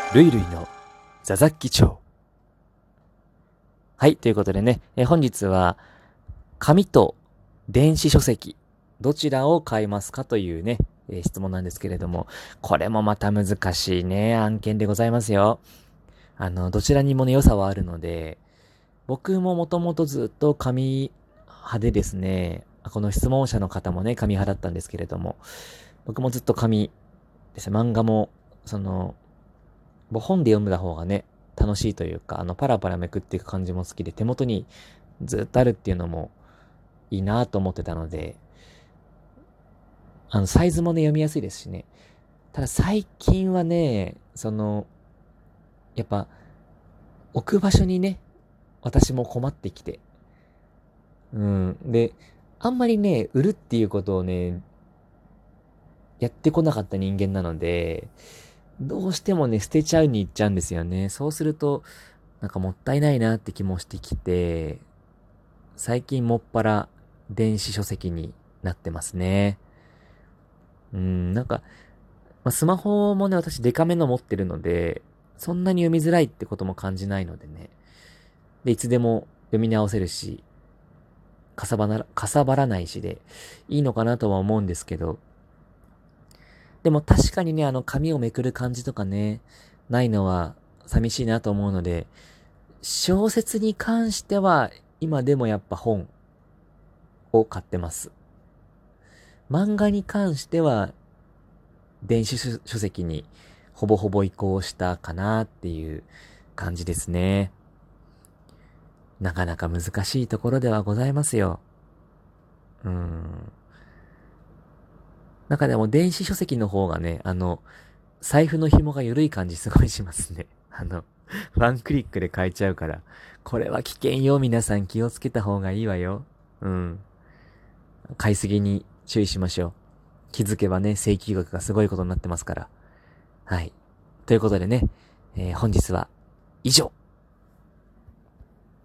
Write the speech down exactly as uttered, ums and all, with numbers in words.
ルイルイのザザッキ町。はい、ということでね、え本日は紙と電子書籍どちらを買いますかというね、えー質問なんですけれども、これもまた難しいね案件でございますよ。あのどちらにもね良さはあるので、僕ももともとずっと紙派でですね、この質問者の方もね紙派だったんですけれども、僕もずっと紙ですね。漫画もその本で読んだ方がね楽しいというか、あのパラパラめくっていく感じも好きで、手元にずっとあるっていうのもいいなと思ってたので、あのサイズもね読みやすいですしね。ただ最近はね、そのやっぱ置く場所にね私も困ってきて、うんで、あんまりね売るっていうことをねやってこなかった人間なので、どうしてもね捨てちゃうに行っちゃうんですよね。そうするとなんかもったいないなって気もしてきて、最近もっぱら電子書籍になってますね。うん、なんか、まあ、スマホもね、私デカめの持ってるので、そんなに読みづらいってことも感じないのでね。で、いつでも読み直せるし、かさばなら、かさばらないしで、いいのかなとは思うんですけど、でも確かにね、あの紙をめくる感じとかね、ないのは寂しいなと思うので、小説に関しては、今でもやっぱ本を買ってます。漫画に関しては、電子書書籍にほぼほぼ移行したかなっていう感じですね。なかなか難しいところではございますよ。うーん。中でも電子書籍の方がね、あの、財布の紐が緩い感じすごいしますね。あの、ワンクリックで買えちゃうから。これは危険よ。皆さん気をつけた方がいいわよ。うん。買いすぎに注意しましょう。気づけばね、請求額がすごいことになってますから。はい。ということでね、えー本日は以上。